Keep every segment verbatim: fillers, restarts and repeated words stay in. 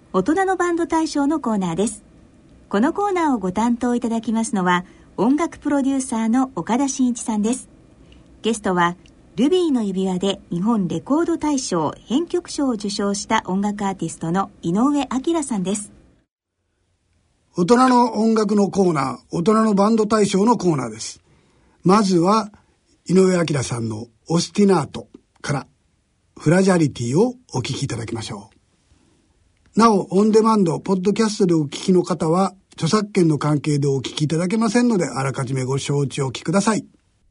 大人のバンド大賞のコーナーです。このコーナーをご担当いただきますのは音楽プロデューサーの岡田真一さんです。ゲストはルビーの指輪で日本レコード大賞編曲賞を受賞した音楽アーティストの井上彰さんです。 大人の音楽のコーナー、大人のバンド大賞のコーナーです。まずは井上彰さんのオスティナートからフラジャリティをお聞きいただきましょう。なお、オンデマンド、ポッドキャストでお聞きの方は著作権の関係でお聞きいただけませんので、あらかじめご承知おきください。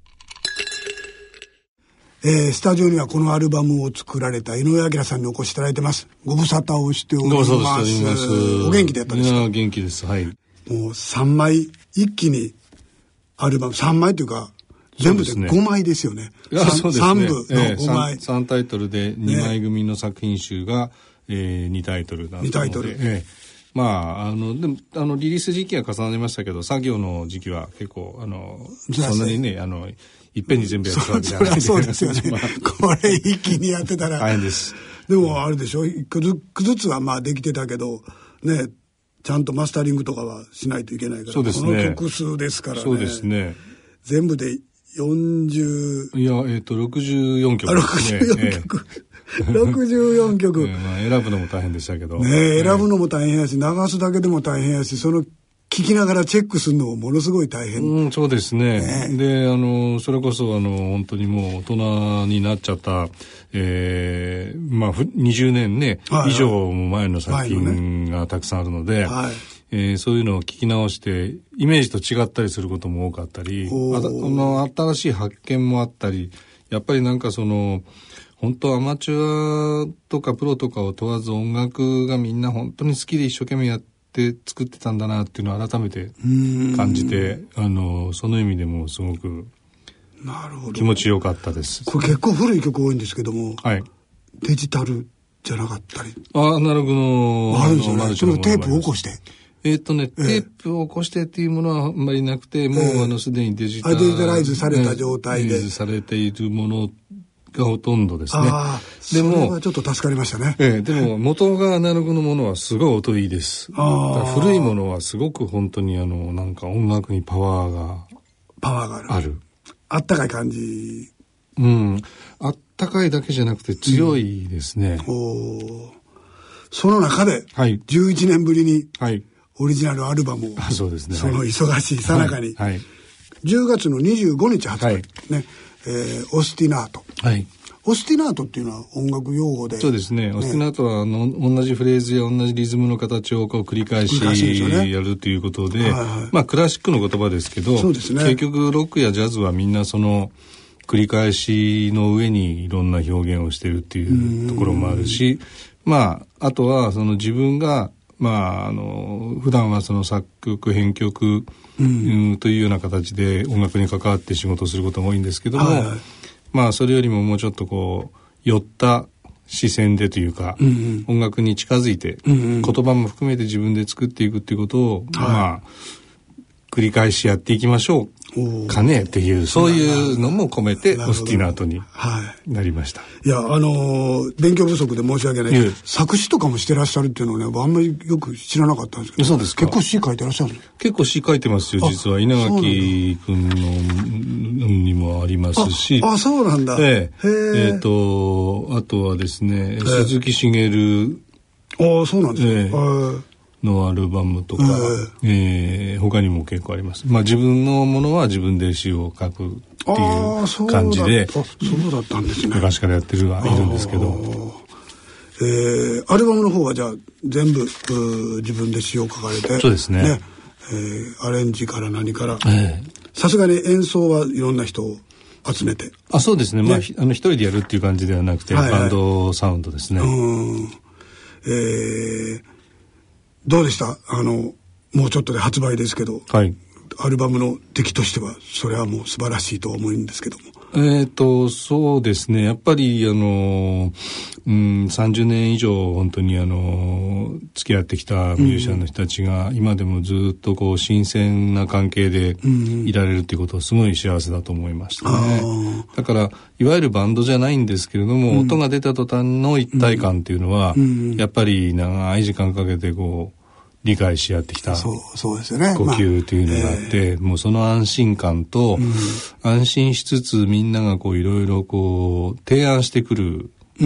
えー、スタジオにはこのアルバムを作られた井上彰さんにお越しいただいてます。ご無沙汰をしております。お元気でやったんですか？ いや、元気です。はい。 もうさんまい一気にアルバムさんまいというか全部でごまいですよね。 いや、そうですね。さんぶのごまい、 えー、さん, さんタイトルでにまい組の作品集が、ねえー、にタイトルだったので、にタイトル、えー、まああのでもあのリリース時期は重ねましたけど、作業の時期は結構あのそんなにねあのいっぺんに全部やったわけじゃないんで。 そうですよね。まあ、これ一気にやってたら大変です。 でもあれでしょ、一個ずつはまあできてたけどね、ちゃんとマスタリングとかはしないといけないから。 そうですね。 この曲数ですからね。 そうですね。 全部でよんじゅう、 いやえっとろくじゅうよんきょくですね。 ろくじゅうよんきょく、えー、ろくじゅうよんきょく、 えーまあ、選ぶのも大変でしたけどね、選ぶのも大変やし、流すだけでも大変やし、その聞きながらチェックするのもものすごい大変。 うん、そうですね。ねで、あのそれこそあの本当にもう大人になっちゃった、えー、まあにじゅうねんね、はいはい、以上も前の作品がたくさんあるので、はい、えー、そういうのを聞き直してイメージと違ったりすることも多かったり、あの新しい発見もあったり、やっぱりなんかその本当アマチュアとかプロとかを問わず音楽がみんな本当に好きで一生懸命やってで作ってたんだなっていうのを改めて感じて、あのその意味でもすごく気持ちよかったです。 これ結構古い曲多いんですけども、 はい、 デジタルじゃなかったり、 あアナログのあるんですよね。それテープを起こしてえっとね、えー、テープを起こしてっていうものはあんまりなくて、もう、えー、あのすでにデジタル、 デジタライズされた状態で、 デジタライズされているものがほとんどですね。 あでもそれはちょっと助かりましたね。 ええ、でも元がアナログのものはすごい音いいです。あ古いものはすごく本当にあのなんか音楽にパワーがパワーがある。 ある。 あったかい感じ。 うん。あったかいだけじゃなくて強いですね。 うん、おその中で、はい、じゅういちねんぶりにオリジナルアルバムを、 はい、そうですね。 その忙しいさなかに、はいはい、じゅうがつのにじゅうごにち発売、はい、ね。えー、オスティナート、はい、オスティナートっていうのは音楽用語で、 そうですね、オスティナートはあの同じフレーズや同じリズムの形をこう繰り返しやるということで、はいはい、まあクラシックの言葉ですけど、そうですね、結局ロックやジャズはみんなその繰り返しの上にいろんな表現をしているっていうところもあるし、まああとはその自分がまあ、あの普段はその作曲編曲、うん、というような形で音楽に関わって仕事をすることが多いんですけども、はいはい、まあそれよりももうちょっとこう寄った視線でというか、うんうん、音楽に近づいて、うんうん、言葉も含めて自分で作っていくっていうことを、はい、まあ繰り返しやっていきましょうかねっていう、そういうのも込めてオスティナートになりました。 はい、いや、あのー、勉強不足で申し訳ない、ええ、作詞とかもしてらっしゃるっていうのをね、あんまりよく知らなかったんですけど。 そうですか。 結構詩書いてらっしゃるの？ 結構詩書いてますよ、実は。稲垣君のにもありますし。 あ、あそうなんだ。 えええー、とあとはですね、ええ、鈴木茂、 ああそうなんですね、ええのアルバムとか、えーえー、他にも結構あります。まあ自分のものは自分で詩を書くっていう感じで、 そうだったんですね。 昔からやってるはいるんですけど、 えー、アルバムの方はじゃあ全部自分で詩を書かれて、 そうですね。ね、 えー、アレンジから何から、さすがに演奏はいろんな人を集めて。 あ、そうですね。ね、まああの一人でやるっていう感じではなくて、はいはい、バンドサウンドですね。 うん、えーどうでした？あのもうちょっとで発売ですけど、はい、アルバムの出来としてはそれはもう素晴らしいと思うんですけども。 えっと、そうですね。やっぱり、あの、うん、さんじゅうねん以上、本当に、あの、付き合ってきたミュージシャンの人たちが、今でもずっと、こう、新鮮な関係でいられるということは、すごい幸せだと思いましたね。うん、だから、いわゆるバンドじゃないんですけれども、うん、音が出た途端の一体感っていうのは、うん、やっぱり、長い時間かけて、こう、理解し合ってきた呼吸というのがあって、もうその安心感と、うん、安心しつつみんながこういろいろこう提案してくる、うん、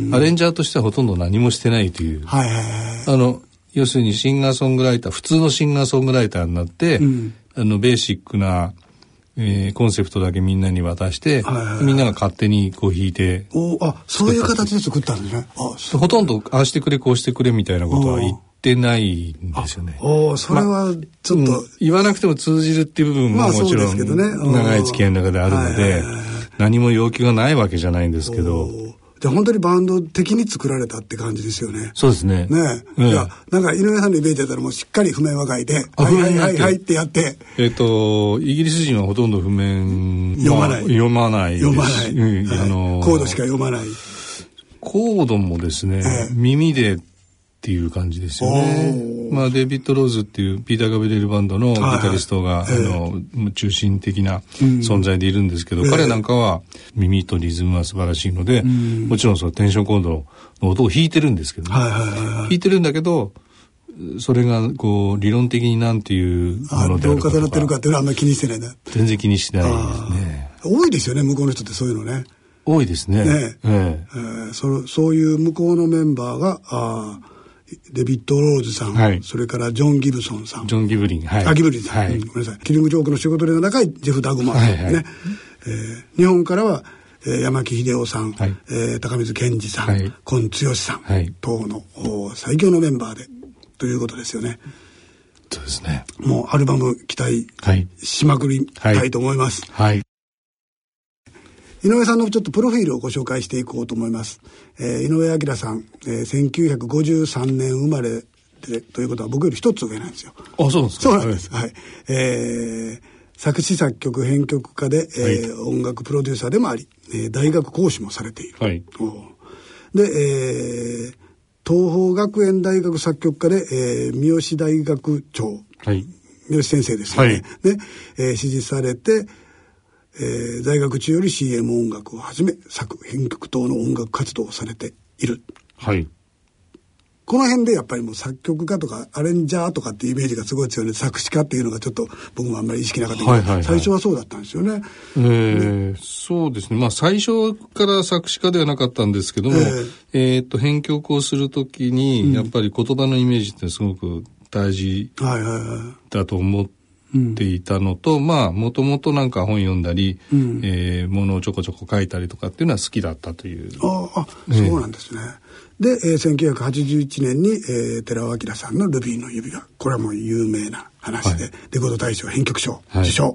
でアレンジャーとしてはほとんど何もしてないという、はいはいはい、あの要するにシンガーソングライター普通のシンガーソングライターになって、うん、あのベーシックな、えー、コンセプトだけみんなに渡して、はいはいはい、みんなが勝手にこう弾いておあそういう形で作ったんですね。あほとんどああしてくれこうしてくれみたいなことは言ってってないんですよね。 おそれはちょっと、まうん、言わなくても通じるっていう部分ももちろん、ね、長い付き合いの中であるので、何も要求がないわけじゃないんですけど。 じゃあ本当にバンド的に作られたって感じですよね。 そうですね。 ねえ。うん、いやなんか井上さんのイメージだったらもうしっかり譜面は書いて、はいはいはいはいってやって。 えっ、ー、とイギリス人はほとんど譜面読まない。 読まない。 読まない。 うんはい、あのー、 コードしか読まない。 コードもですね、えー、耳でっていう感じですよね。まあデイビッド・ローズっていうピーター・ガブリエルバンドのギタリストが、はいはい、あの中心的な存在でいるんですけど、うん、彼なんかは耳とリズムは素晴らしいので、うん、もちろんそのテンションコードの音を弾いてるんですけど、ねはいはいはいはい、弾いてるんだけどそれがこう理論的になんていうものであるかとかどう重なってるかっていうのはあんまり気にしてないんだ。 全然気にしてないですね。 多いですよね向こうの人ってそういうのね。 多いですね。ねえええー、そ, そういう向こうのメンバーがあデビッド・ローズさん、はい、それからジョン・ギブソンさんジョン・ギブリン、はい、 あギブリンさん、はいうん、ごめんなさいキリング・ジョークの仕事で仲いいジェフ・ダグマン、はいはいねえー、日本からは、えー、山木秀夫さん、はいえー、高水健二さん、はい、今剛さん、はい、等の最強のメンバーでということですよね。 そうですね。 もうアルバム期待しまくりたいと思います、はいはい井上さんのちょっとプロフィールをご紹介していこうと思います。えー、井上彰さん、えー、せんきゅうひゃくごじゅうさんねん生まれでということは僕より一つ上なんですよ。 あ、そうですか。 そうなんです。はい。はい、えー、作詞作曲編曲家で、えーはい、音楽プロデューサーでもあり、えー、大学講師もされている。はい。で、えー、東邦学園大学作曲家で、えー、三好大学長、はい、三好先生ですよね。はい、で、えー、支持されて。えー、在学中より シーエム 音楽をはじめ作編曲等の音楽活動をされている。はい。この辺でやっぱりもう作曲家とかアレンジャーとかっていうイメージがすごい強いので作詞家っていうのがちょっと僕もあんまり意識なかったけど、はいはいはい、最初はそうだったんですよね。 えー、ねそうですね。まあ最初から作詞家ではなかったんですけども、えー、えー、と編曲をするときにやっぱり言葉のイメージってすごく大事だと思って、っていたのと、うん、まあもともとなんか本読んだり、うんえー、ものをちょこちょこ書いたりとかっていうのは好きだったという。 ああ、そうなんですね。で、えー、せんきゅうひゃくはちじゅういちねんに、えー、寺尾明さんのルビーの指輪、これはもう有名な話で、はい、レコード大賞編曲賞受賞、はい、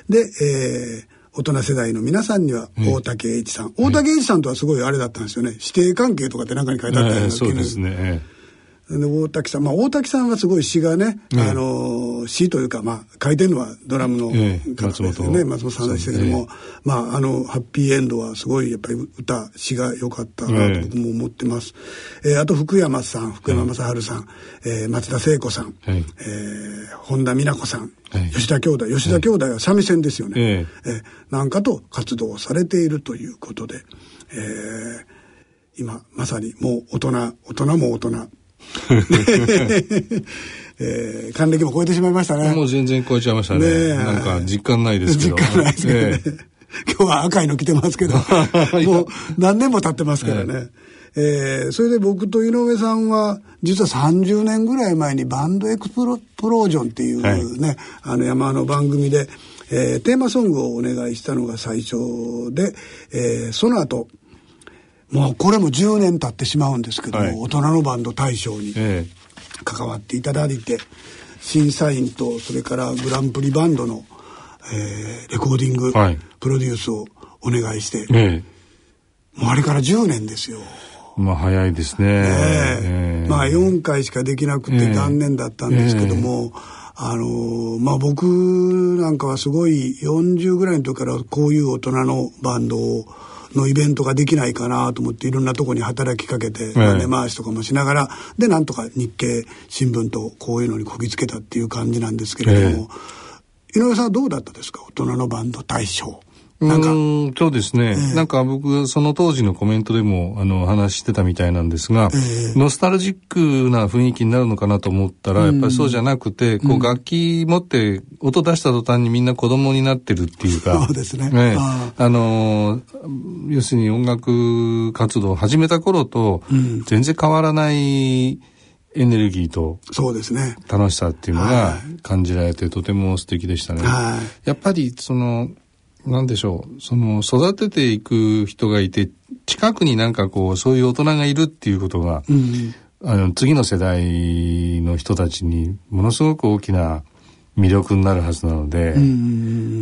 で、えー、大人世代の皆さんには大竹栄一さん、うん、大竹栄一さんとはすごいあれだったんですよね、指定関係とかって中に書いてあったような、えー、 そうですね。 で大滝さん、まあ大滝さんはすごい詩がね、うん、あの詩というかまあ書いてるのはドラムの方ですよね、ええ、松本さんでしたけども、え、まああのハッピーエンドはすごいやっぱり歌詩が良かったなと僕も思ってます。ええー、あと福山さん、福山雅治さん、えー、松田聖子さん、はい、えー、本田美奈子さん、はい、吉田兄弟、吉田兄弟は三味線ですよね。えええー、なんかと活動されているということで、えー、今まさにもう大人、大人も大人。えー、還暦も超えてしまいましたね。 もう全然超えちゃいましたね。ねなんか実感ないですけど。 実感ないですけどね。えー、今日は赤いの着てますけど、もう何年も経ってますからね。えーえー、それで僕と井上さんは実はさんじゅうねんぐらい前にバンドエクスプロージョンっていうね、はい、あの山の番組で、えー、テーマソングをお願いしたのが最初で、えー、その後もうこれもじゅうねん経ってしまうんですけども、はい、大人のバンド大賞に関わっていただいて、審査員とそれからグランプリバンドの、えー、レコーディング、はい、プロデュースをお願いして、ええ、もうあれからじゅうねんですよ。 まあ早いですね。 ねええまあよんかいしかできなくて残念だったんですけども、えあのまあ僕なんかはすごいよんじゅうぐらいの時からこういう大人のバンドのイベントができないかなと思っていろんなとこに働きかけて、まあ、根回しとかもしながらでなんとか日経新聞とこういうのにこぎつけたっていう感じなんですけれども、えー、井上さんはどうだったですか、大人のバンド大賞。 なんかうんそうですね、えー、なんか僕その当時のコメントでもあの話してたみたいなんですが、えー、ノスタルジックな雰囲気になるのかなと思ったら、うん、やっぱりそうじゃなくてこう楽器持って音出した途端にみんな子供になってるっていうか、 そうですね、 ねああの要するに音楽活動を始めた頃と全然変わらないエネルギーと楽しさっていうのが感じられてとても素敵でしたね。はい、やっぱりそのなんでしょう、その育てていく人がいて近くになんかこうそういう大人がいるっていうことが、うん、あの次の世代の人たちにものすごく大きな魅力になるはずなので、うん、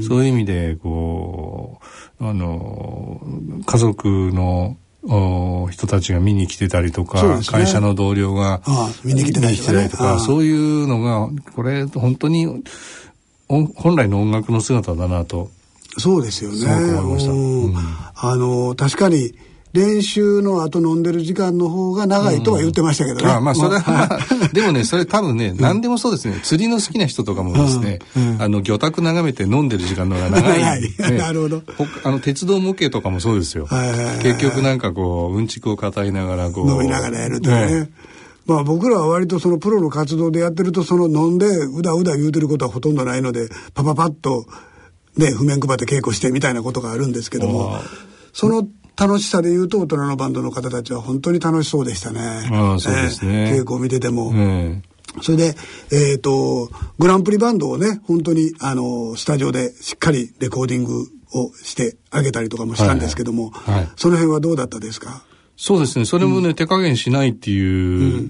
そういう意味でこうあの家族の人たちが見に来てたりとか、ね、会社の同僚が見に来てたりとか、ね、 とかそういうのがこれ本当に本来の音楽の姿だなと。 そうですよね。 そう思いました。うん、 あの確かに練習の後飲んでる時間の方が長いとは言ってましたけどね。 うん、あまあそれは、まあ、でもねそれ多分ね、うん、何でもそうですね。釣りの好きな人とかもですね、うんうん、あの魚拓眺めて飲んでる時間の方が長い、ね、 なるほど。 あの鉄道模型とかもそうですよ。結局なんかこううんちくを語りながらこう飲みながらやるとね。ねまあ僕らは割とそのプロの活動でやってるとその飲んでうだうだ言うてることはほとんどないのでパパパッとね、譜面配って稽古してみたいなことがあるんですけども、その楽しさで言うと大人のバンドの方たちは本当に楽しそうでしたね。 ああそうですね、 えー、稽古を見てても、 うん、 それで、えーと、グランプリバンドをね本当にあのスタジオでしっかりレコーディングをしてあげたりとかもしたんですけども、はいはいはい、その辺はどうだったですか？ そうですね。それもね、うん、手加減しないっていう、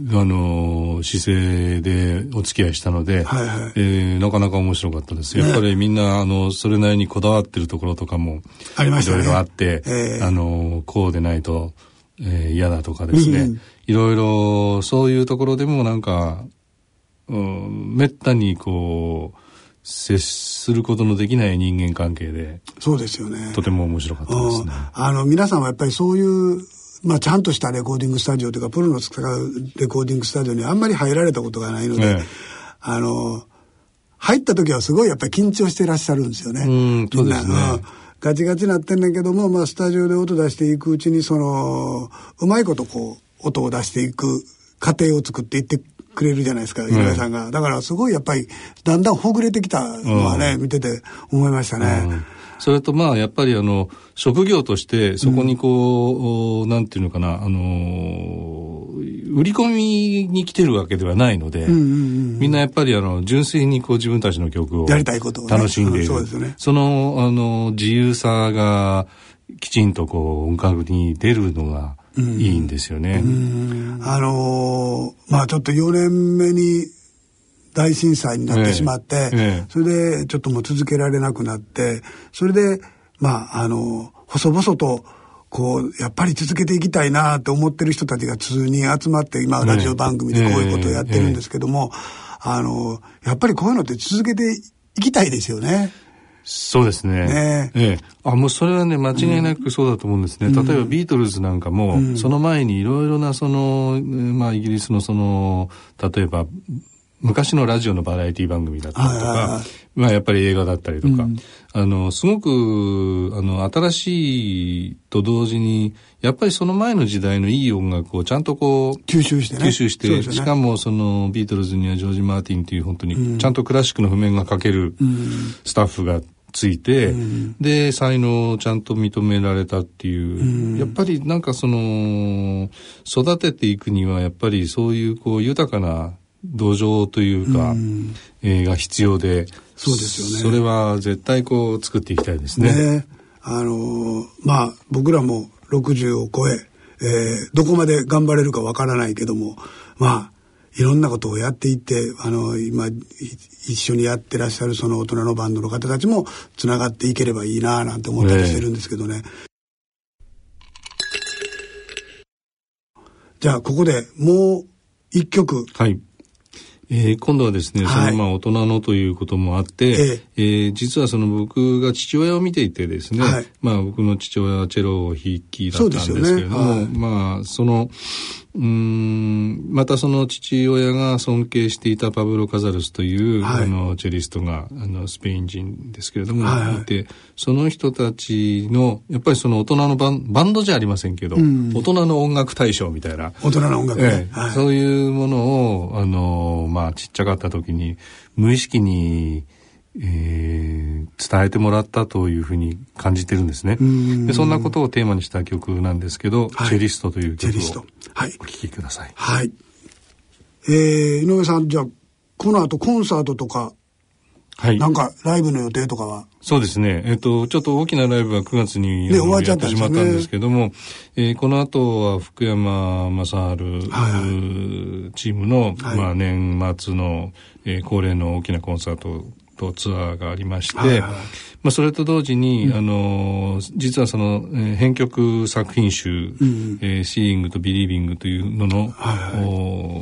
うん、あの姿勢でお付き合いしたので、はいはい、えー、なかなか面白かったです。やっぱりみんなあのそれなりにこだわってるところとかもありましたね。 いろいろあって、えー、あのこうでないと、えー、嫌だとかですね、うん、いろいろそういうところでもなんか、うん、めったにこう接することのできない人間関係で、 そうですよね。 とても面白かったですね。 あの皆さんはやっぱりそういうまあ、ちゃんとしたレコーディングスタジオというかプロの使うレコーディングスタジオにあんまり入られたことがないので、ね、あの入った時はすごいやっぱり緊張してらっしゃるんですよね。 うんそうですね。 ガチガチなってんだけども、まあ、スタジオで音出していくうちにそのうまいことこう音を出していく過程を作っていってくれるじゃないですか、井上さんが。だからすごいやっぱりだんだんほぐれてきたのはね、うん、見てて思いましたね。うんそれとまあやっぱりあの職業としてそこにこう、うん、なんていうのかなあの売り込みに来てるわけではないので、うんうんうん、みんなやっぱりあの純粋にこう自分たちの曲をやりたいことを楽しんでいる、 そうですね、 そのあの自由さがきちんとこう音楽に出るのがいいんですよね。 うんうん、あのー、まあちょっとよねんめに大震災になってしまって、えええ、それでちょっともう続けられなくなって、それでまああの細々とこうやっぱり続けていきたいなと思ってる人たちが数人集まって今ラジオ番組でこういうことをやってるんですけども、あのやっぱりこういうのって続けていきたいですよね。 そうですね。ねええ、あもうそれはね間違いなくそうだと思うんですね。うん、例えばビートルズなんかも、うん、その前にいろいろなそのまあイギリスのその例えば昔のラジオのバラエティ番組だったりとか、まあやっぱり映画だったりとか、うん、あのすごくあの新しいと同時にやっぱりその前の時代のいい音楽をちゃんとこう吸収してね、 吸収して、ね、しかもそのビートルズにはジョージ・マーティンという本当にちゃんとクラシックの譜面が書けるスタッフがついて、うん、で才能をちゃんと認められたっていう、うん、やっぱりなんかその育てていくにはやっぱりそういうこう豊かな土壌というか、うん、えー、が必要で、 そうですよね。 それは絶対こう作っていきたいですね。 ね、あのー、まあ僕らもろくじゅうを超ええー、どこまで頑張れるかわからないけども、まあいろんなことをやっていって、あのー、今一緒にやってらっしゃるその大人のバンドの方たちもつながっていければいいななんて思ったりしてるんですけどね。じゃあここでもう一曲。 はい。 えー、今度はですね、はい、そのまあ大人のということもあって、えーえー、実はその僕が父親を見ていてですね、はい、まあ僕の父親はチェロを弾きだったんですけれども、ねはい、まあそのうーんまたその父親が尊敬していたパブロ・カザルスという、はい、あのチェリストがあのスペイン人ですけれども、はい、いて、その人たちのやっぱりその大人のバン、バンドじゃありませんけど、うん、大人の音楽大賞みたいな大人の音楽、ねええはい、そういうものをあの、まあ、ちっちゃかった時に無意識にえー、伝えてもらったというふうに感じてるんですね。でそんなことをテーマにした曲なんですけど、はい、チェリストという曲をお聴きください。 はい、えー、井上さん、じゃあこの後コンサートとか、はい、なんかライブの予定とかは？ そうですね、えっとちょっと大きなライブはくがつに、ね、終わっちゃったんですね、やってしまったんですけども、えー、この後は福山雅治、はいはい、チームの、はいまあ、年末の、えー、恒例の大きなコンサートツアーがありまして、はいはいまあ、それと同時に、うん、あの実はその、えー、編曲作品集、うんえー、シーイングとビリービングというのの、はいはい、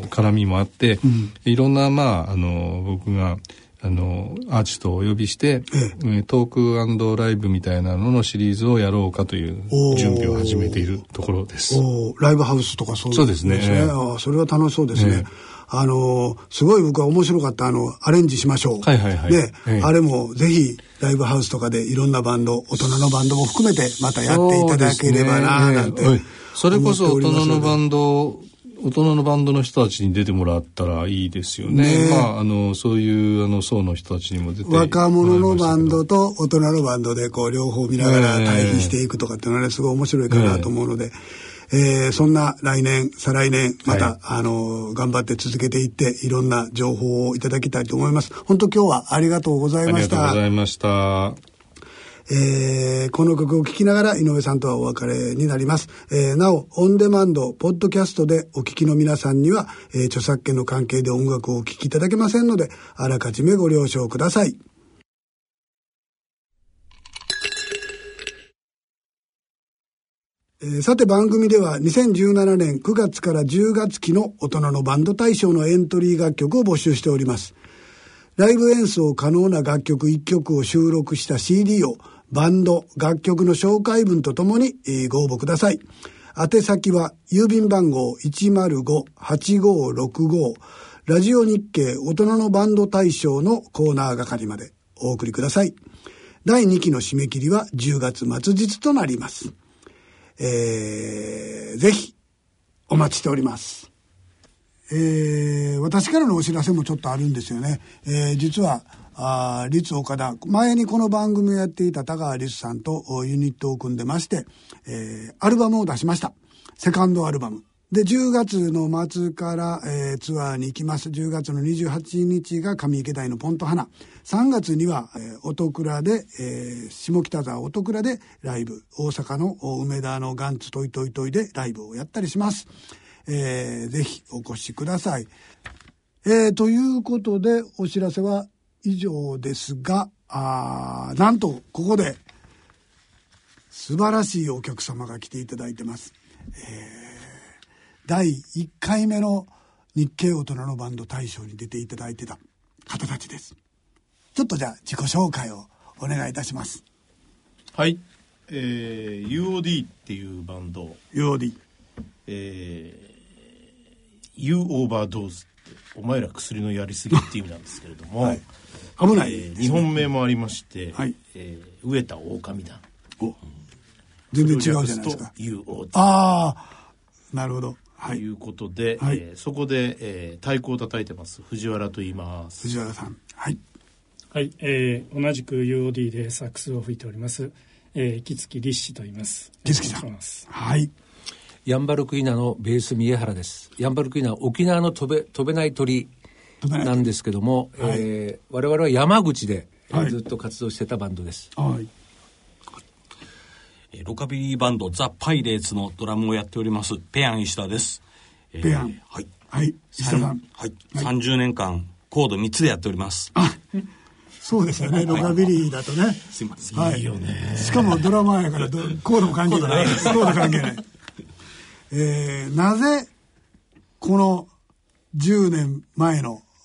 絡みもあって、うん、いろんな、まあ、あの僕があのアーティストをお呼びして、ええ、トーク&ライブみたいなののシリーズをやろうかという準備を始めているところです。 おライブハウスとかそうそうですね。 ですね、えー、あそれは楽しそうですね。えーあのすごい僕は面白かったあのアレンジしましょう、 はいはいはいねええ、 あれもぜひライブハウスとかでいろんなバンド大人のバンドも含めてまたやっていただければななんて、ね、 それこそ大人のバンド大人のバンドの人たちに出てもらったらいいですよね。ねまああのそういうあの層の人たちにも出て若者のバンドと大人のバンドでこう両方見ながら対比していくとかっていうのはねすごい面白いかなと思うので、えええー、そんな来年再来年また、はい、あの頑張って続けていっていろんな情報をいただきたいと思います。本当今日はありがとうございました。 ありがとうございました。 えー、この曲を聴きながら井上さんとはお別れになります。えー、なおオンデマンドポッドキャストでお聴きの皆さんには、えー、著作権の関係で音楽をお聴きいただけませんのであらかじめご了承ください。えー、さて番組ではにせんじゅうななねんくがつからじゅうがつ期の大人のバンド大賞のエントリー楽曲を募集しております。ライブ演奏可能な楽曲いっきょくを収録した シーディー をバンド楽曲の紹介文とともに、えー、ご応募ください。宛先は郵便番号 いちまるご はちごろくご ラジオ日経大人のバンド大賞のコーナー係までお送りください。だいにきの締め切りはじゅうがつ末日となります。えー、ぜひお待ちしております。えー、私からのお知らせもちょっとあるんですよね。えー、実はあ立岡田前にこの番組をやっていた田川律さんとユニットを組んでまして、えー、アルバムを出しました。セカンドアルバムでじゅうがつの末から、えー、ツアーに行きます。じゅうがつのにじゅうはちにちが上池台のポント花、さんがつには、えー、音倉で、えー、下北沢音倉でライブ、大阪の梅田のガンツトイトイトイでライブをやったりします。えー、ぜひお越しください。えー、ということでお知らせは以上ですが、あなんとここで素晴らしいお客様が来ていただいてます。えーだいいっかいめの日経大人のバンド大賞に出ていただいてた方たちです。ちょっとじゃあ自己紹介をお願いいたします。 はい、えー、ユーオーディー っていうバンドユーオーディー、 えー、You Overdose ってお前ら薬のやりすぎっていう意味なんですけれども、はい、 危ないですね、 えー、日本名もありまして、 はいえー、植田狼団、 お全然違うじゃないですか。 ユーオーディー、 ああなるほどということで、はいえー、そこで、えー、太鼓を叩いてます藤原と言います。 藤原さん、はい、 はい、えー、同じく ユーオーディー でサックスを吹いております、えー、木月立志と言います。 木月さん、はい。 ヤンバルクイナのベース三重原です。ヤンバルクイナは沖縄の飛べ飛べない鳥なんですけども、はいえー、我々は山口で、はい、ずっと活動してたバンドです。 はい。 ロカビリーバンドザ・パイレーツのドラムをやっておりますペアン石田です。 ペアン、えー、はい、はい、石田さん、 はい、はい、さんじゅうねんかんコードみっつでやっております。 あ、そうですよね、ロカビリーだとね、 すいません、 はい、 いいよね。 しかもドラマーやからコードも関係ないコード関係ないえー、なぜこのじゅうねんまえの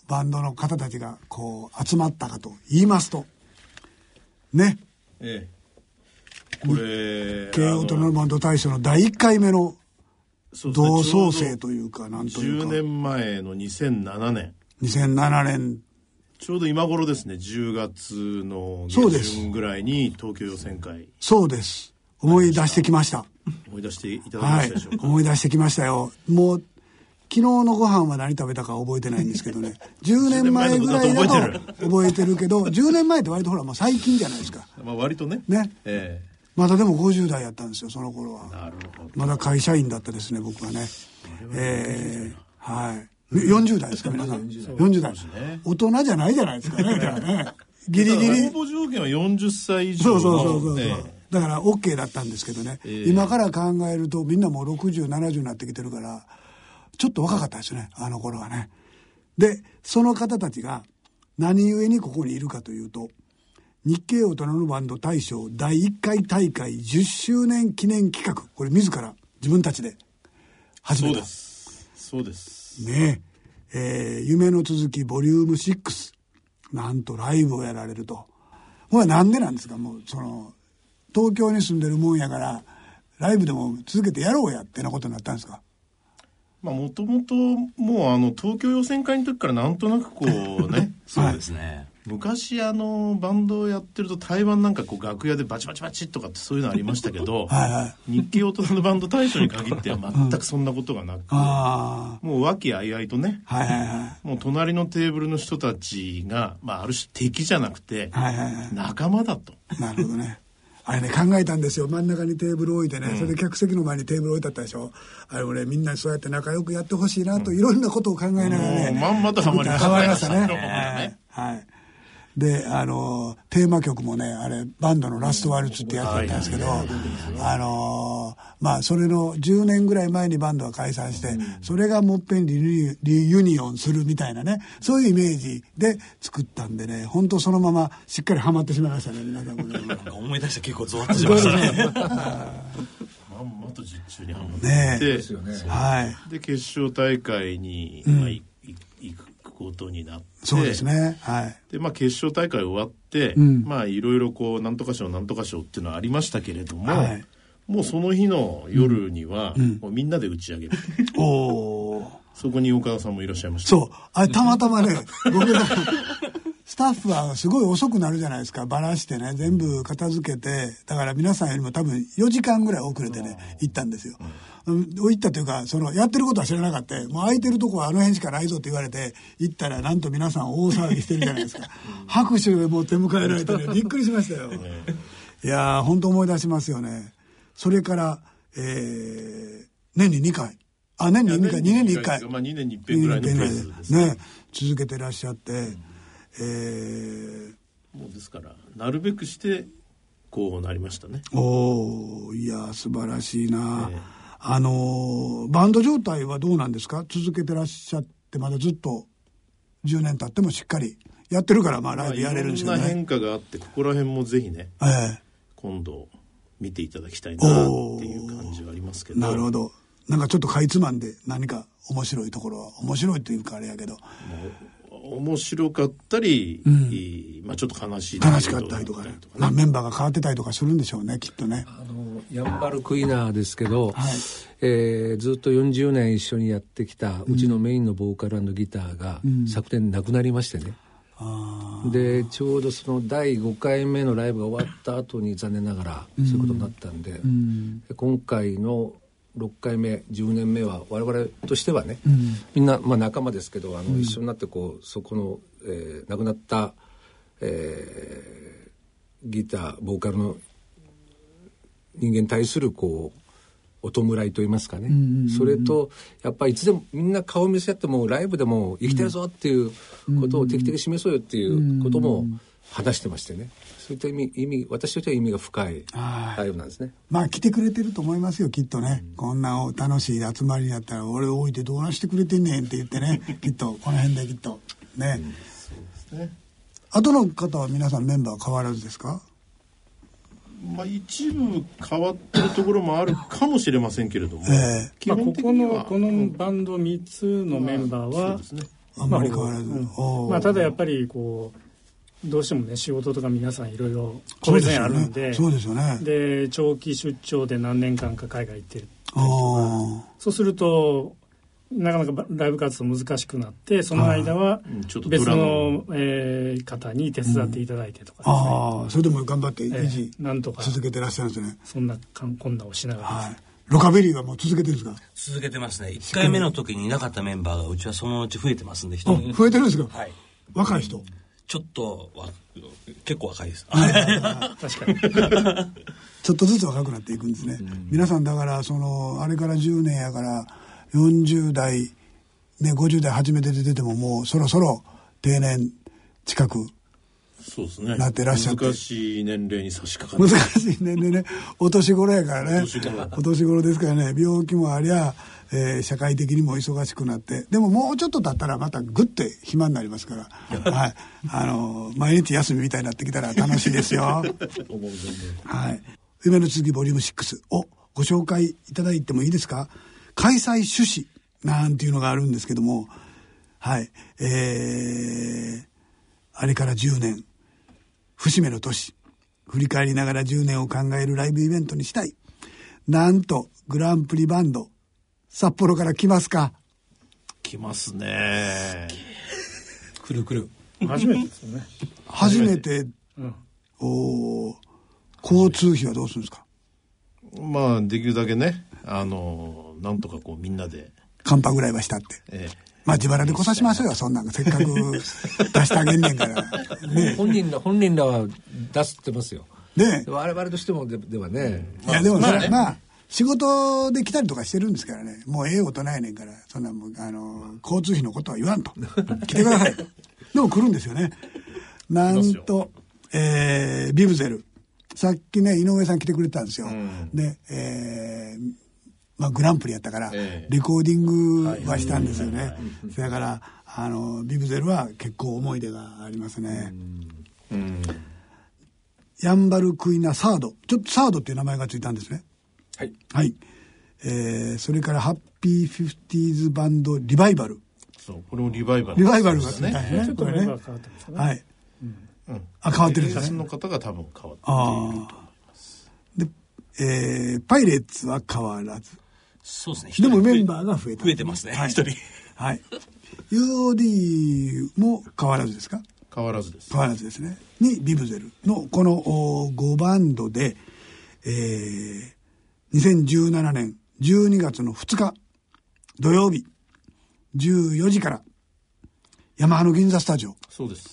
バンドの方たちがこう集まったかと言いますとね、 ええ、これ慶応大人のバンド大賞のだいいっかいめの同窓生というかなんというかじゅうねんまえのにせんななねんにせんななねんちょうど今頃ですね、じゅうがつの下旬ぐらいに東京予選会。 そうです、思い出してきました。 思い出していただきましたでしょうか。 はい、思い出してきましたよ。もう昨日のご飯は何食べたか覚えてないんですけどねじゅうねんまえぐらいだと覚えてるけどじゅうねんまえって割とほらもう最近じゃないですか。 まあ割とねね、 ええ、 まだでもごじゅう代やったんですよその頃は。 なるほど。 まだ会社員だったですね僕はね。えー、はいよんじゅう代ですか皆さん。よんじゅう代、ね、大人じゃないじゃないですかねじゃあねギリギリ応募条件はよんじゅっさい以上の。 そうそうそうそう、ええ、だから OK だったんですけどね、えー、今から考えるとみんなもうろくじゅうななじゅうになってきてるからちょっと若かったですねあの頃はね。でその方たちが何故にここにいるかというと日系大人のバンド大賞だいいっかい大会じゅっしゅうねん記念企画、これ自ら自分たちで始めた。 そうですそうですねえ、えー、夢の続きボリュームろくなんとライブをやられると。これはなんでなんですか。もうその東京に住んでるもんやからライブでも続けてやろうやってなことになったんですか。 まあもともともうあの東京予選会の時からなんとなくこうねそうですね、 昔あのバンドをやってると台湾なんかこう楽屋でバチバチバチとかってそういうのありましたけどはい、はい、 日系大人のバンド大賞に限っては全くそんなことがなく、うん、あもう和気あいあいとね、 はいはいはい、 もう隣のテーブルの人たちが、まあ、ある種敵じゃなくて、はいはいはい、仲間だと。 なるほどねあれね考えたんですよ。真ん中にテーブル置いてね、うん、それで客席の前にテーブル置いてあったでしょ。あれもねみんなそうやって仲良くやってほしいなと、うん、いろんなことを考えながらね、 うん、まんまとハマりましたね、ねはいであのテーマ曲もねあれバンドのラストワルツってやつだったんですけど、あのまあそれのじゅうねんぐらい前にバンドは解散して、うん、それがもっぺんリユ、リユニオンするみたいなねそういうイメージで作ったんでね本当そのまましっかりハマってしまいましたね皆さんもねなんか思い出して結構ゾワッとしましたねまんまと実中にハマってねで、 はい、 で決勝大会に、うんまあ、行くことになってそうですね、はいでまあ、決勝大会終わって、うん、まあいろいろこうなんとか賞なんとか賞っていうのはありましたけれども、はい、もうその日の夜には、うん、もうみんなで打ち上げる、うん、おそこに岡田さんもいらっしゃいました。 そうあれたまたまね僕がスタッフはすごい遅くなるじゃないですか。バラしてね全部片付けてだから皆さんよりも多分よじかんぐらい遅れてね行ったんですよ、うん、行ったというかそのやってることは知らなかった。もう空いてるとこはあの辺しかないぞって言われて行ったらなんと皆さん大騒ぎしてるじゃないですか拍手でもう出迎えられてねびっくりしましたよいやー本当思い出しますよね。それから、えー、年ににかいあ年ににかいにねんにいっかい、 まあ、にねんにいっぺんぐらいのペースですね、 ね続けてらっしゃって、うんえー、もうですからなるべくしてこうなりましたね。 おーいや素晴らしいな、えー、あのバンド状態はどうなんですか。続けてらっしゃってまだずっとじゅうねん経ってもしっかりやってるからまあライブやれるんですよね、 まあ、いろんな変化があってここら辺もぜひね、えー、今度見ていただきたいなっていう感じはありますけど。 なるほど。なんかちょっとかいつまんで何か面白いところは面白いというかあれやけど面白かったり、うんまあ、ちょっと悲しい悲しかったりとかね、まあ、メンバーが変わってたりとかするんでしょうねきっとね。 あのヤンバルクイナーですけど、はいえー、ずっとよんじゅうねん一緒にやってきたうちのメインのボーカル&ギターが昨年亡くなりましてね、うん、でちょうどそのだいごかいめのライブが終わった後に残念ながらそういうことになったんで、うん、今回のろっかいめじゅうねんめは我々としてはね、うん、みんな、まあ、仲間ですけどあの、うん、一緒になってこうそこの、えー、亡くなった、えー、ギターボーカルの人間に対するこうお弔いといいますかね、うんうんうん、それとやっぱりいつでもみんな顔見せ合ってもライブでも生きてるぞっていうことを定期的に示そうよっていうことも話してましてね、そういった意味、意味私としては意味が深いライブなんですね。 まあ来てくれてると思いますよきっとね、うん、こんな楽しい集まりだったら俺を置いてどうなしてくれてんねんって言ってねきっとこの辺できっとね、うん、そうですね。あとの方は皆さんメンバー変わらずですか。 まあ、一部変わってるところもあるかもしれませんけれども、 えーまあ、ここのこのバンドみっつのメンバーは、まあねあんまり変わらず、 まあうんまあ、ただやっぱりこうどうしてもね仕事とか皆さんいろいろ個別にあるんでそうですよね。 で長期出張で何年間か海外行ってるそうするとなかなかライブ活動難しくなってその間は別の、えー、方に手伝っていただいてとかですね、 うん、ああそれでも頑張って維持、 えー、なんとか続けてらっしゃるんですね。 そんなこんなをしながらです、 はいロカベリーはもう続けてるんですか？ 続けてますね。いっかいめの時にいなかったメンバーがうちはそのうち増えてますんで人増えてるんですか？ はい。 若い人ちょっとわ結構若いです確かにちょっとずつ若くなっていくんですね、うん、皆さんだからそのあれからじゅうねんやからよんじゅう代、ね、ごじゅう代初めて出ててももうそろそろ定年近くそうですね、 なってらっしゃって難しい年齢に差し掛かって難しい年齢ねお年頃やからねお年頃ですからね病気もありゃ、えー、社会的にも忙しくなってでももうちょっと経ったらまたグッて暇になりますからはい、あのー、毎日休みみたいになってきたら楽しいですよはい夢の続きボリュームシックスをご紹介いただいてもいいですか？開催趣旨なんていうのがあるんですけどもはいえー、あれからじゅうねん節目の年振り返りながらじゅうねんを考えるライブイベントにしたい。なんとグランプリバンド札幌から来ますか？ 来ますね来る来る初めてですよね初めて、うん、お交通費はどうするんですか？ まあできるだけねあのなんとかこうみんなでカンパぐらいはしたって、ええまあ自腹で来さしますよそんなんせっかく出してあげんねんから、 ね、本人ら本人らは出すってますよね我々としても で, ではね、 うん、いやでもそれはまあ、ね、仕事で来たりとかしてるんですからねもうええ大人やねんからそんなもうあの交通費のことは言わんと来てくださいでも来るんですよねなんと、えー、ビブゼルさっきね井上さん来てくれたんですよ、うん、で、えーまあ、グランプリやったから、えー、レコーディングはしたんですよね。それからあのビブゼルは結構思い出がありますね。うんうん、ヤンバルクイナサードちょっとサードっていう名前がついたんですね。 はい。 はい。えー、それからハッピーフィフティーズバンドリバイバル。 そうこれもリバイバル、 リバイバルがついたんですね。 ちょっとメンバー変わってますね。 はい。うんうん、あ変わってるんですね。 写真の方が多分変わっていると思います。 で、えー、パイレーツは変わらず。 そうですね。 でもメンバーが増えた、 増えてますね。一、はい、人。 はい。ユーオーディー も変わらずですか？ 変わらずです。 変わらずですね。にビブゼルのこのごバンドで、えー、にせんじゅうななねんじゅうにがつのふつか土曜日じゅうよじからヤマハの銀座スタジオ。 そうです。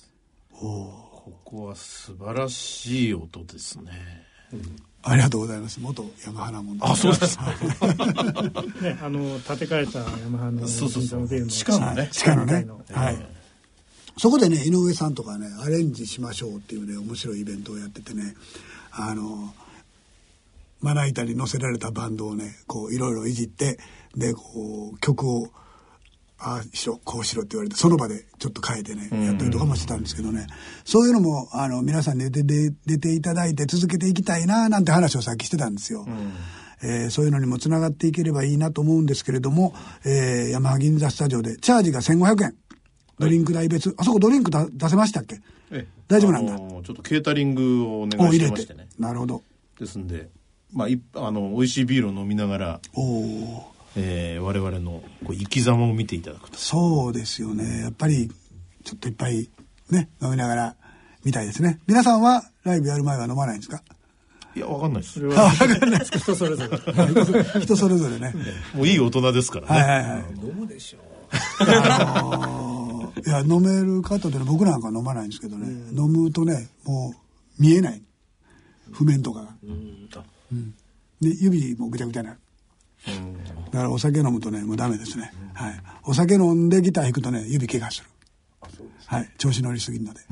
おここは素晴らしい音ですね。 うんありがとうございます。元ヤマハなもんで。 あ、そうですか。 ね、あの建て替えたヤマハのそうそうそうビルの地下のね、 地下のね、はい。そこでね井上さんとかねアレンジしましょうっていうね面白いイベントをやっててね、あのまな板に乗せられたバンドをねこういろいろいじってでこう曲をああしろこうしろって言われてその場でちょっと変えてねやったりとかもしてたんですけどね、そういうのもあの皆さんに出て出ていただいて続けていきたいななんて話をさっきしてたんですよ、うんえー、そういうのにもつながっていければいいなと思うんですけれども、えー、ヤマハ銀座スタジオでチャージがせんごひゃくえんドリンク代別、はい、あそこドリンクだ出せましたっけ？え大丈夫なんだ、あのー、ちょっとケータリングをお願いしてましてね。 なるほど。 ですんで、まあ、いあの美味しいビールを飲みながらおえー、我々のこう生き様を見ていただくと。 そうですよね。やっぱりちょっといっぱいね飲みながら見たいですね。皆さんはライブやる前は飲まないんですか？ いやわかんないです。 それは分かんないです。人それぞれ。人それぞれね。 もういい大人ですからね。 はいはいはい。 飲むでしょう。 あのー、いや飲める方で、ね、僕なんか飲まないんですけどね、うん、飲むとねもう見えない譜面とかが、うんうん、で指もぐちゃぐちゃになる。だからお酒飲むとねもうダメですね、うんはい、お酒飲んでギター弾くとね指怪我する。あ、そうですね、はい、調子乗りすぎるので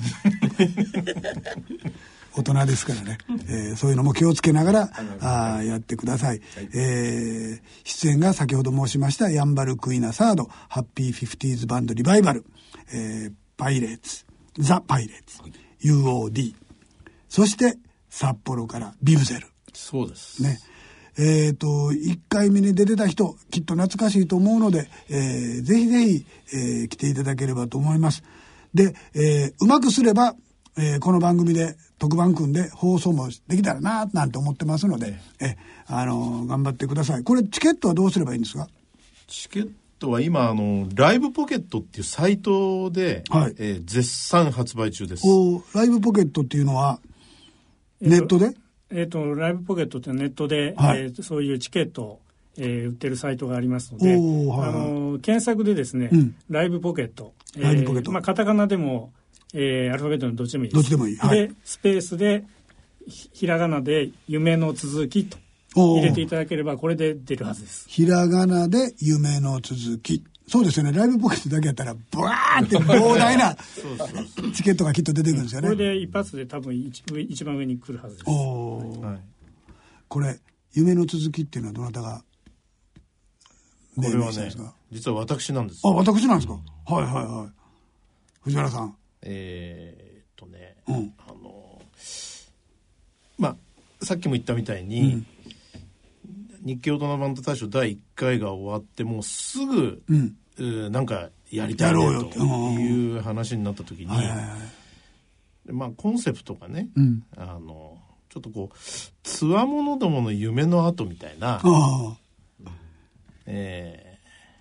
大人ですからね、えー、そういうのも気をつけながらあやってください、はいえー、出演が先ほど申しましたヤンバルクイナサードハッピーフィフティーズバンドリバイバル、えー、パイレーツザ・パイレーツ、はい、ユーオーディー そして札幌からビブゼルそうですねえっと、いっかいめに出てた人、きっと懐かしいと思うので、えー、ぜひぜひ、えー、来ていただければと思います。で、えー、うまくすれば、えー、この番組で特番組んで放送もできたらななんて思ってますので、えあのー、頑張ってください。これチケットはどうすればいいんですか？ チケットは今あのライブポケットっていうサイトで、はい、えー、絶賛発売中です。 おライブポケットっていうのはネットで、 えーと、えーと、ライブポケットってネットで、はい、えー、そういうチケットを、えー、売ってるサイトがありますので、はいはい、あのー、検索でですね、うん、ライブポケット、えー、 ライブポケット、 まあ、カタカナでも、えー、アルファベットのどっちでもいいです。 どっちでもいい、はい、 でスペースでひらがなで夢の続きと入れていただければこれで出るはずです。 ひらがなで夢の続き、そうですよね。ライブポケットだけやったらブワーって膨大なチケットがきっと出てくるんですよね。 これで一発で多分 一, 一番上に来るはずです。 お、はい、これ夢の続きっていうのはどなたがこれはね実は私なんです。 あ、私なんですか。はいはいはい。藤原さん、 えー、っとね、うん、あのまあさっきも言ったみたいに、うん、日経大人バンド大賞だいいっかいが終わってもうすぐ、うん、なんかやりたいねという話になった時に、はいはいはい、まあコンセプトがね、うん、あのちょっとこうつわものどもの夢の後みたいな、え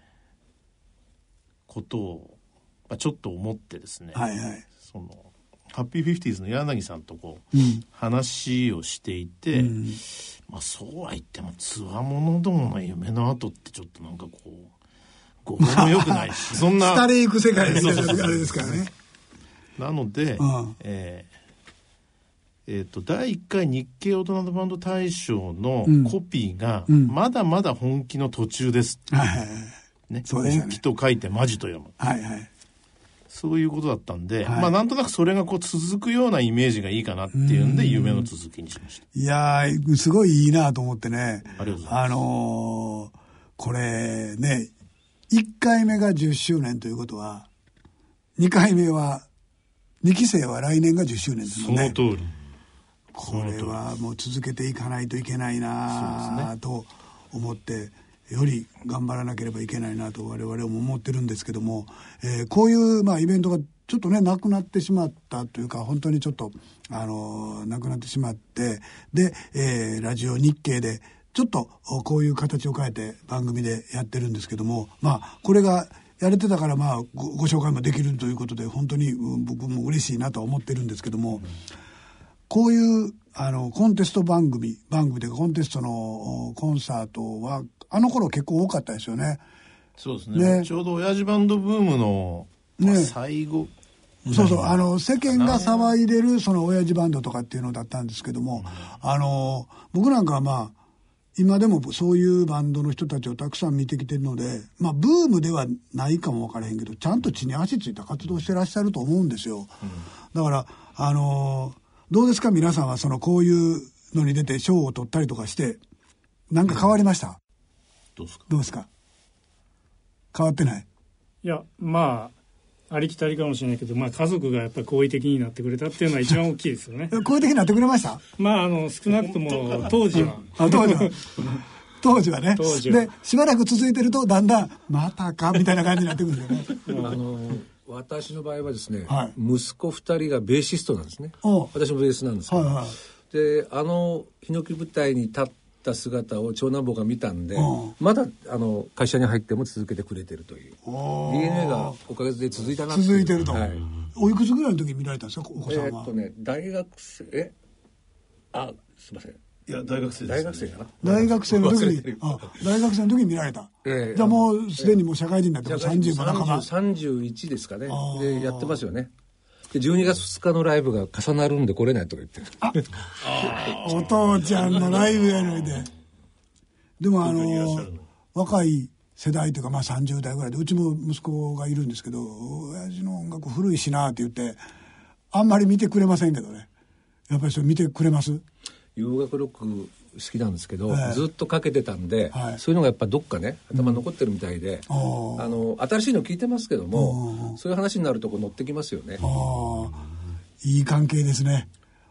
ー、ことを、まあ、ちょっと思ってですね、 はいはい、 そのハッピーフィフティーズの柳さんとこう、うん、話をしていて、うん、まあ、そうは言ってもつわものどもの夢の後ってちょっとなんかこう語呂も良くないしそんな廃れゆく世界ですあれですからね。 なので、うん、えーえー、とだいいっかい日経大人のバンド大賞のコピーが、うん、まだまだ本気の途中です、うん、ね、そうですよね、本気と書いてマジと読む、 はいはい、 そういうことだったんで、はい、まあなんとなくそれがこう続くようなイメージがいいかなっていうんで夢の続きにしました。 いやーすごいいいなと思ってね。 ありがとうございます。 あのー、これねいっかいめがじゅっしゅうねんということはにかいめはにき生は来年がじゅっしゅうねんですもんね。 その通り。 これはもう続けていかないといけないなと思ってより頑張らなければいけないなと我々も思ってるんですけども、えー、こういうまあイベントがちょっとねなくなってしまったというか本当にちょっとあのー、なくなってしまってで、えー、ラジオ日経でちょっとこういう形を変えて番組でやってるんですけども、まあこれがやれてたからまあ ご, ご紹介もできるということで本当に僕も嬉しいなとは思ってるんですけども、うん、こういうあのコンテスト番組番組でコンテストのコンサートはあの頃結構多かったですよね。 そうですね。ね、ちょうど親父バンドブームの、ね、最後、 そうそう、あの世間が騒いでるその親父バンドとかっていうのだったんですけども、うん、あの僕なんかはまあ今でもそういうバンドの人たちをたくさん見てきてるので、まあブームではないかも分からへんけどちゃんと地に足ついた活動してらっしゃると思うんですよ、うん、だからあのどうですか皆さんはそのこういうのに出て賞を取ったりとかしてなんか変わりました、うん、 どうですかどうですか変わってない？ いやまあありきたりかもしれないけど、まあ、家族がやっぱり好意的になってくれたっていうのは一番大きいですよね。 好意的になってくれました？ まああの少なくとも当時はあ当時は当時はね当時はでしばらく続いてるとだんだんまたかみたいな感じになってくるんですよね。 あの私の場合はですね、はい、息子ふたりがベーシストなんですね。私もベースなんですけど、はいはい、であのヒノキ舞台に立った姿を長男坊が見たんで、まだあの会社に入っても続けてくれてるという ディーエヌエー がおかげで続いたなって続いてると、はい、おいくつぐらいの時に見られたんですかお子さんは？えー、っとね大学生えあすいませんいや大学生です、ね、 大学生かな大学生の時にあ大学生の時に見られた、えー、じゃあもうすでにもう社会人になってもさんじゅうも半ばさんじゅういちですかねでやってますよね。でじゅうにがつふつかのライブが重なるんで来れないとか言ってあお父ちゃんのライブやのにででもあの若い世代というかまあさんじゅう代ぐらいでうちも息子がいるんですけど親父の音楽古いしなって言ってあんまり見てくれませんけどね。やっぱりそれ見てくれます？ 洋楽ロック好きなんですけど、はい、ずっとかけてたんで、はい、そういうのがやっぱどっかね頭に残ってるみたいで、うん、あの新しいの聞いてますけどもそういう話になるとこう乗ってきますよね。 あいい関係ですね。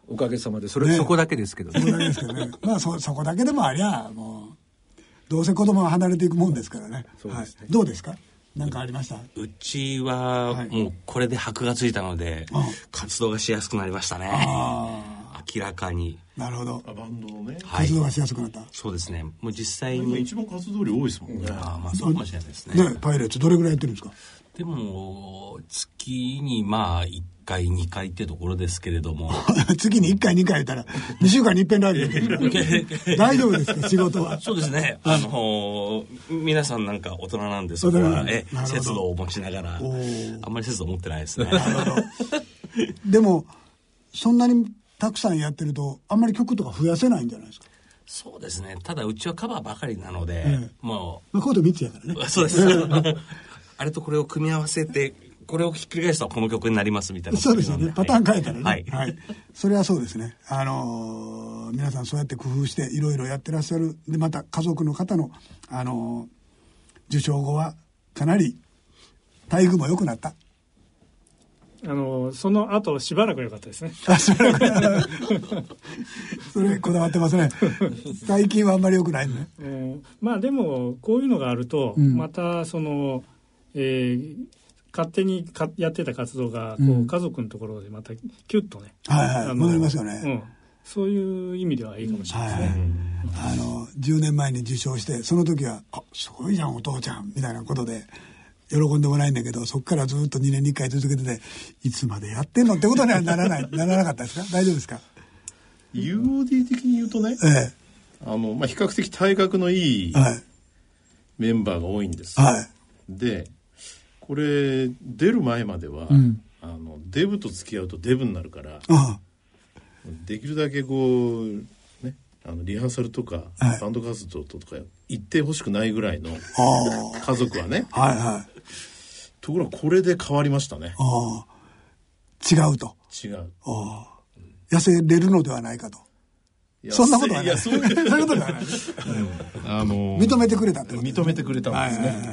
おかげさまでそれ、ね、そこだけですけどね。 そこだけですけどね。まあ そ, そこだけでもありゃもうどうせ子供は離れていくもんですからね。そうですね、はい、どうですか？何かありました？ うちはもうこれで箔がついたので、はい、活動がしやすくなりましたね。あ明らかに。 なるほど。 バンドのね、 はい、活動がしやすくなった。 そうですね。もう実際に一番活動量多いですもんね。 あまあそうかもしれないですね。 ね、パイレーツどれぐらいやってるんですか？ でも月にまあいっかいにかいってところですけれども月にいっかいにかい言ったらにしゅうかんにいっぺんライブできる大丈夫ですか仕事は？ そうですね、あのー、皆さんなんか大人なんでそこはえ節度を持ちながらあんまり節度を持ってないですね。なるほどでもそんなにたくさんやってるとあんまり曲とか増やせないんじゃないですか？ そうですね、ただうちはカバーばかりなので、 ええ、 もう、まあ、コードみっつやからね。 そうですあれとこれを組み合わせてこれをひっくり返したらこの曲になりますみたいな。 そうですよね、パターン変えたらね、 はいはい、それはそうですね。あのー、皆さんそうやって工夫していろいろやってらっしゃる。でまた家族の方の、あのー、受賞後はかなり待遇も良くなった。 あのその後しばらく良かったですね。 あしばらくそれこだわってますね。最近はあんまり良くないね、 えー、まあでもこういうのがあると、うん、またその、えー、勝手にかやってた活動がこう、うん、家族のところでまたキュッとね、 はいはい、戻りますよね、 うん、そういう意味ではいいかもしれないですね、 はい、あのじゅうねんまえに受賞してその時はあすごいじゃんお父ちゃんみたいなことで喜んでもないんだけど、そこからずっとにねんにいっかい続けてていつまでやってんのってことにはならないならなかったですか？大丈夫ですか？ ユーオーディー 的に言うとね、 ええ、 あのまあ、比較的体格のいいメンバーが多いんです、 はい、 でこれ出る前までは、うん、あのデブと付き合うとデブになるから、ああできるだけこうね、あのリハーサルとか、はい、バンド活動とか行ってほしくないぐらいの家族はね、 はいはい、 ところがこれで変わりましたね。 あ違うと違うあ痩せれるのではないかと。そんなことはない。いやそういうことではない、うん、あのー、認めてくれたってことですね。 認めてくれたんですね、はいはいはい、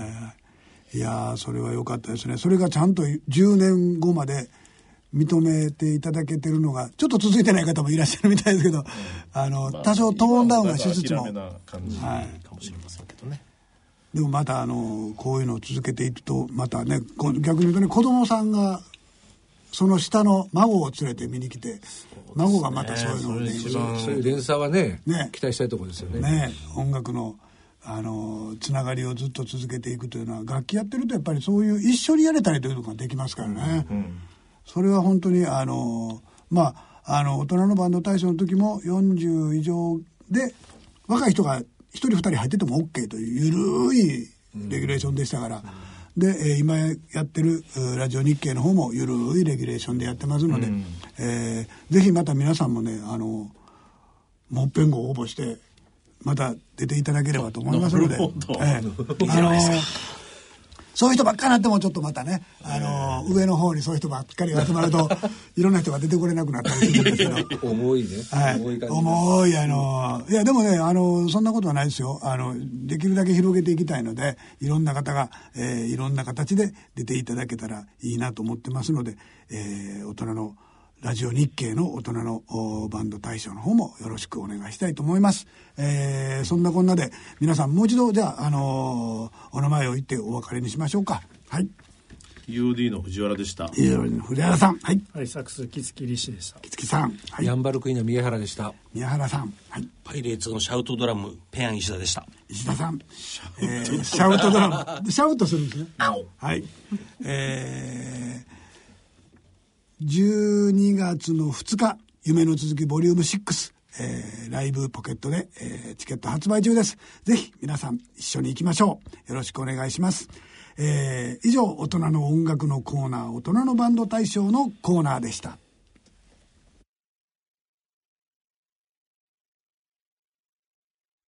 いやそれは良かったですね。それがちゃんとじゅうねんごまで認めていただけてるのがちょっと続いてない方もいらっしゃるみたいですけど、あの、まあ、多少トーンダウンはしつつも、 諦めな感じかもしれませんけどね、はい、 でもまたあのこういうのを続けていくとまたね逆に言うとね子供さんがその下の孫を連れて見に来て、ね、孫がまたそういうのをねそういう連鎖は ね, ね期待したいところですよ ね, ね音楽のあのつながりをずっと続けていくというのは楽器やってるとやっぱりそういう一緒にやれたりというのができますからね、うんうん、それは本当にあのまああの大人のバンド大賞の時もよんじゅう以上で若い人がひとりふたり入ってても OK という緩いレギュレーションでしたから、うん、で、えー、今やってるラジオ日経の方も緩いレギュレーションでやってますので、うんえー、ぜひまた皆さんもねあのもっぺんご応募してまた出ていただければと思いますので、えー、あのー、そういう人ばっかりなってもちょっとまたね、あのー、上の方にそういう人ばっかり集まるといろんな人が出てこれなくなったりするんですけど重いね、 はい、重い感じ重いあのー、いやでもねあのー、そんなことはないですよ。あのできるだけ広げていきたいのでいろんな方が、えー、いろんな形で出ていただけたらいいなと思ってますので、えー、大人のラジオ日経の大人のバンド大賞の方もよろしくお願いしたいと思います。えー、そんなこんなで皆さんもう一度じゃあ、あのー、お名前を言ってお別れにしましょうか。はい。 ユーオーディー の藤原でした。 ユーオーディー の藤原さん。はい。 はい、サックス木月利志でした。 木月さん。はい。 ヤンバルクイナ宮原でした。 宮原さん。はい。 パイレーツのシャウトドラムペアン石田でした。 石田さん。シャウト、えー、シャウトドラム。シャウトするんですね。はい。えー。じゅうにがつのふつか夢の続きボリュームろく、えー、ライブポケットで、えー、チケット発売中です。ぜひ皆さん一緒に行きましょう。よろしくお願いします。えー、以上大人の音楽のコーナー大人のバンド大賞のコーナーでした。